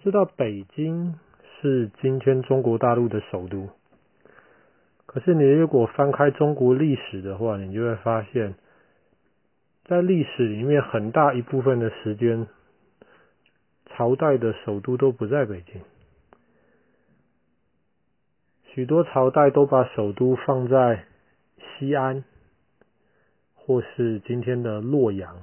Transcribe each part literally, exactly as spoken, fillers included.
知道北京是今天中国大陆的首都，可是你如果翻开中国历史的话，你就会发现，在历史里面很大一部分的时间，朝代的首都都不在北京，许多朝代都把首都放在西安，或是今天的洛阳。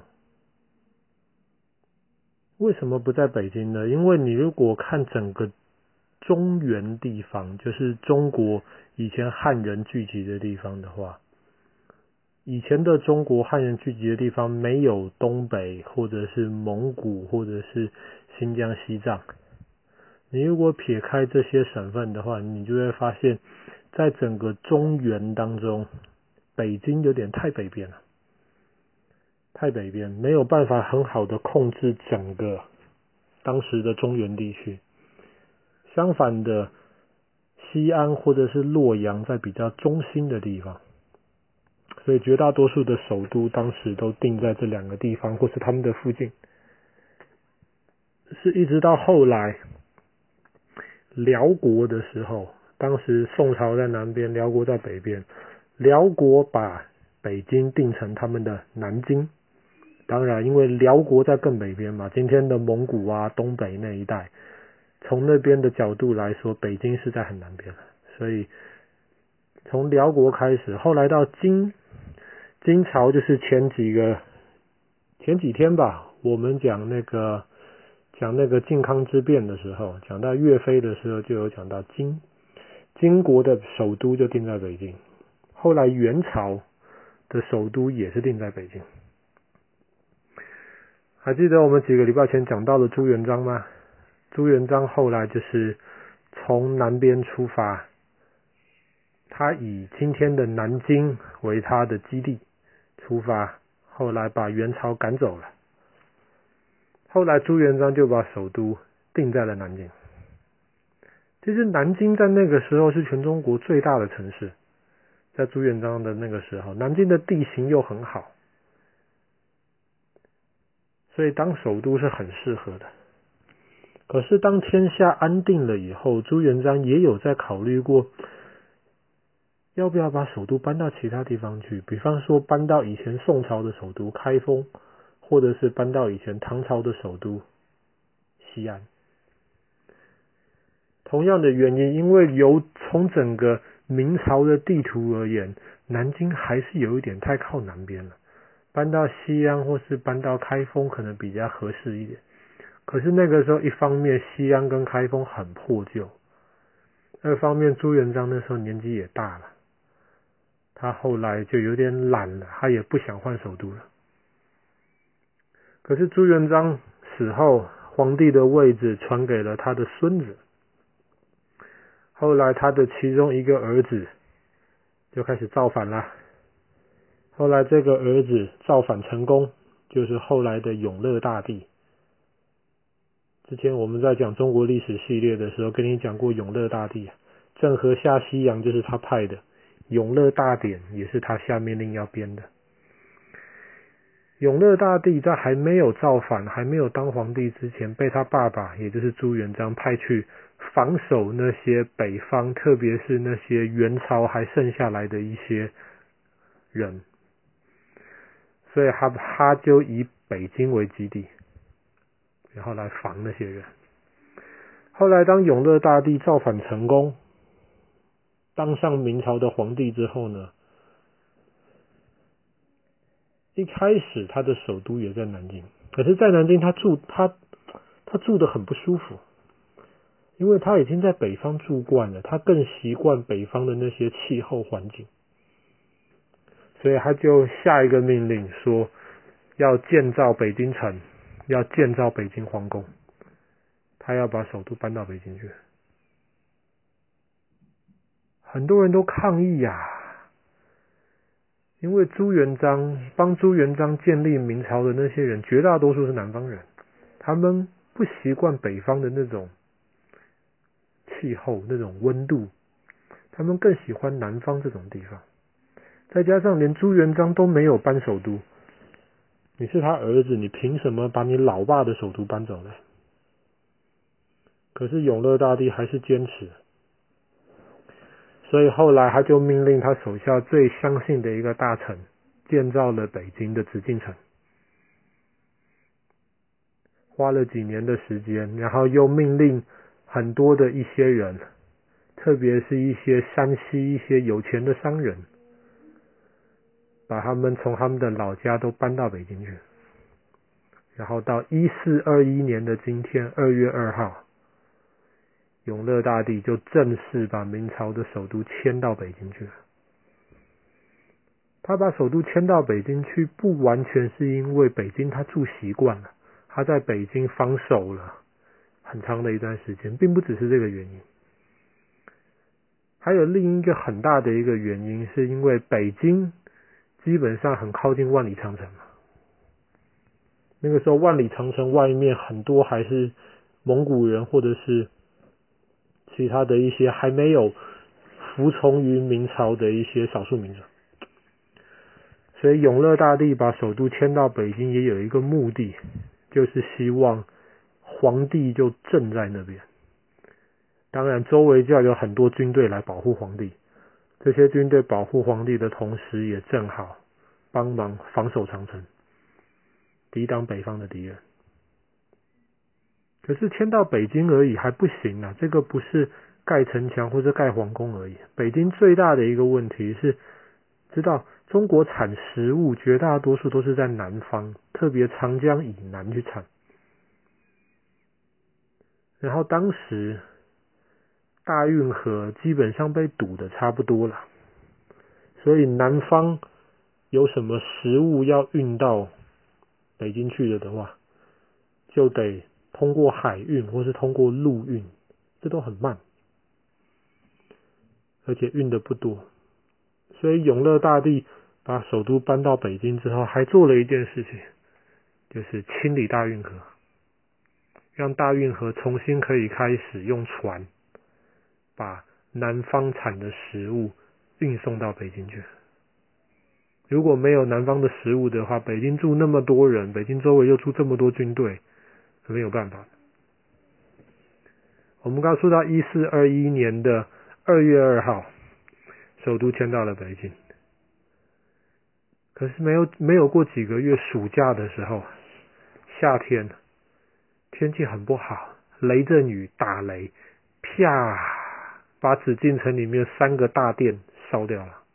为什么不在北京呢？因为你如果看整个中原地方，就是中国以前汉人聚集的地方的话，以前的中国汉人聚集的地方没有东北或者是蒙古或者是新疆西藏。你如果撇开这些省份的话，你就会发现在整个中原当中，北京有点太北边了，太北边，没有办法很好的控制整个当时的中原地区。相反的，西安或者是洛阳在比较中心的地方，所以绝大多数的首都当时都定在这两个地方或是他们的附近。是一直到后来辽国的时候，当时宋朝在南边，辽国在北边，辽国把北京定成他们的南京。当然因为辽国在更北边嘛，今天的蒙古啊东北那一带，从那边的角度来说，北京是在很南边，所以从辽国开始，后来到金金朝，就是前几个前几天吧，我们讲那个讲那个靖康之变的时候，讲到岳飞的时候，就有讲到金金国的首都就定在北京。后来元朝的首都也是定在北京。还记得我们几个礼拜前讲到的朱元璋吗？朱元璋后来就是从南边出发，他以今天的南京为他的基地出发，后来把元朝赶走了。后来朱元璋就把首都定在了南京。其实南京在那个时候是全中国最大的城市，在朱元璋的那个时候，南京的地形又很好，所以当首都是很适合的。可是当天下安定了以后，朱元璋也有在考虑过要不要把首都搬到其他地方去，比方说搬到以前宋朝的首都开封，或者是搬到以前唐朝的首都西安。同样的原因，因为由从整个明朝的地图而言，南京还是有一点太靠南边了，搬到西安或是搬到开封可能比较合适一点。可是那个时候，一方面西安跟开封很破旧，二方面朱元璋那时候年纪也大了，他后来就有点懒了，他也不想换首都了。可是朱元璋死后，皇帝的位置传给了他的孙子，后来他的其中一个儿子就开始造反了。后来这个儿子造反成功，就是后来的永乐大帝。之前我们在讲中国历史系列的时候，跟你讲过永乐大帝，郑和下西洋就是他派的，永乐大典也是他下命令要编的。永乐大帝在还没有造反，还没有当皇帝之前，被他爸爸也就是朱元璋派去防守那些北方，特别是那些元朝还剩下来的一些人，所以他他就以北京为基地，然后来防那些人。后来当永乐大帝造反成功，当上明朝的皇帝之后呢，一开始他的首都也在南京，可是在南京他住他他住得很不舒服，因为他已经在北方住惯了，他更习惯北方的那些气候环境，所以他就下一个命令说要建造北京城，要建造北京皇宫，他要把首都搬到北京去。很多人都抗议呀、啊，因为朱元璋帮朱元璋建立明朝的那些人，绝大多数是南方人，他们不习惯北方的那种气候、那种温度，他们更喜欢南方这种地方。再加上连朱元璋都没有搬首都，你是他儿子，你凭什么把你老爸的首都搬走呢？ 可是永乐大帝还是坚持，所以后来他就命令他手下最相信的一个大臣建造了北京的紫禁城，花了几年的时间，然后又命令很多的一些人，特别是一些山西一些有钱的商人，把他们从他们的老家都搬到北京去。然后到一四二一年的今天二月二号，永乐大帝就正式把明朝的首都迁到北京去了。他把首都迁到北京去，不完全是因为北京他住习惯了，他在北京防守了很长的一段时间，并不只是这个原因。还有另一个很大的一个原因，是因为北京基本上很靠近万里长城嘛。那个时候万里长城外面很多还是蒙古人或者是其他的一些还没有服从于明朝的一些少数民族，所以永乐大帝把首都迁到北京也有一个目的，就是希望皇帝就镇在那边。当然周围就要有很多军队来保护皇帝，这些军队保护皇帝的同时也正好帮忙防守长城，抵挡北方的敌人。可是迁到北京而已还不行啊，这个不是盖城墙或者盖皇宫而已。北京最大的一个问题是，知道中国产食物绝大多数都是在南方，特别长江以南去产。然后当时大运河基本上被堵得差不多了，所以南方有什么食物要运到北京去了的话，就得通过海运或是通过陆运，这都很慢，而且运的不多。所以永乐大帝把首都搬到北京之后，还做了一件事情，就是清理大运河，让大运河重新可以开始用船把南方产的食物运送到北京去。如果没有南方的食物的话，北京住那么多人，北京周围又住这么多军队，没有办法。我们刚说到一四二一年的二月二号，首都迁到了北京。可是没有没有过几个月，暑假的时候，夏天天气很不好，雷阵雨打雷，啪，把紫禁城里面三个大殿烧掉了。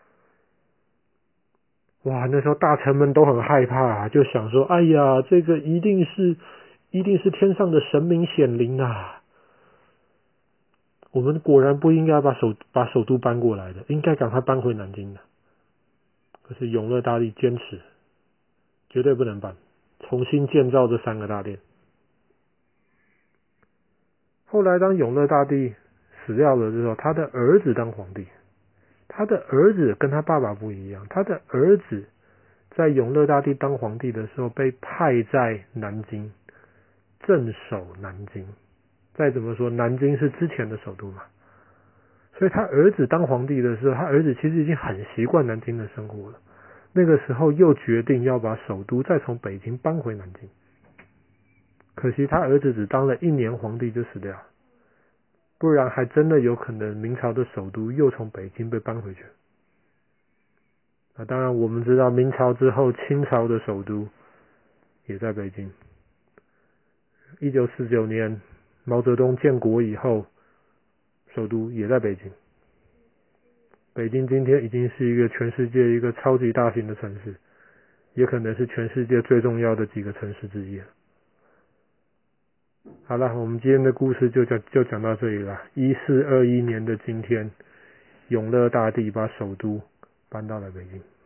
哇，那时候大臣们都很害怕，就想说，哎呀，这个一定是一定是天上的神明显灵啊！我们果然不应该把首把首都搬过来的，应该赶快搬回南京的。可是永乐大帝坚持，绝对不能搬，重新建造这三个大殿。后来当永乐大帝死掉了之后，他的儿子当皇帝。他的儿子跟他爸爸不一样，他的儿子在永乐大帝当皇帝的时候被派在南京镇守南京。再怎么说，南京是之前的首都嘛，所以他儿子当皇帝的时候，他儿子其实已经很习惯南京的生活了。那个时候又决定要把首都再从北京搬回南京。可惜他儿子只当了一年皇帝就死掉了，不然还真的有可能明朝的首都又从北京被搬回去。啊，当然我们知道明朝之后清朝的首都也在北京。一九四九年毛泽东建国以后，首都也在北京。北京今天已经是一个全世界一个超级大型的城市，也可能是全世界最重要的几个城市之一了。好了，我们今天的故事就讲就讲到这里了。一四二一年的今天，永乐大帝把首都搬到了北京。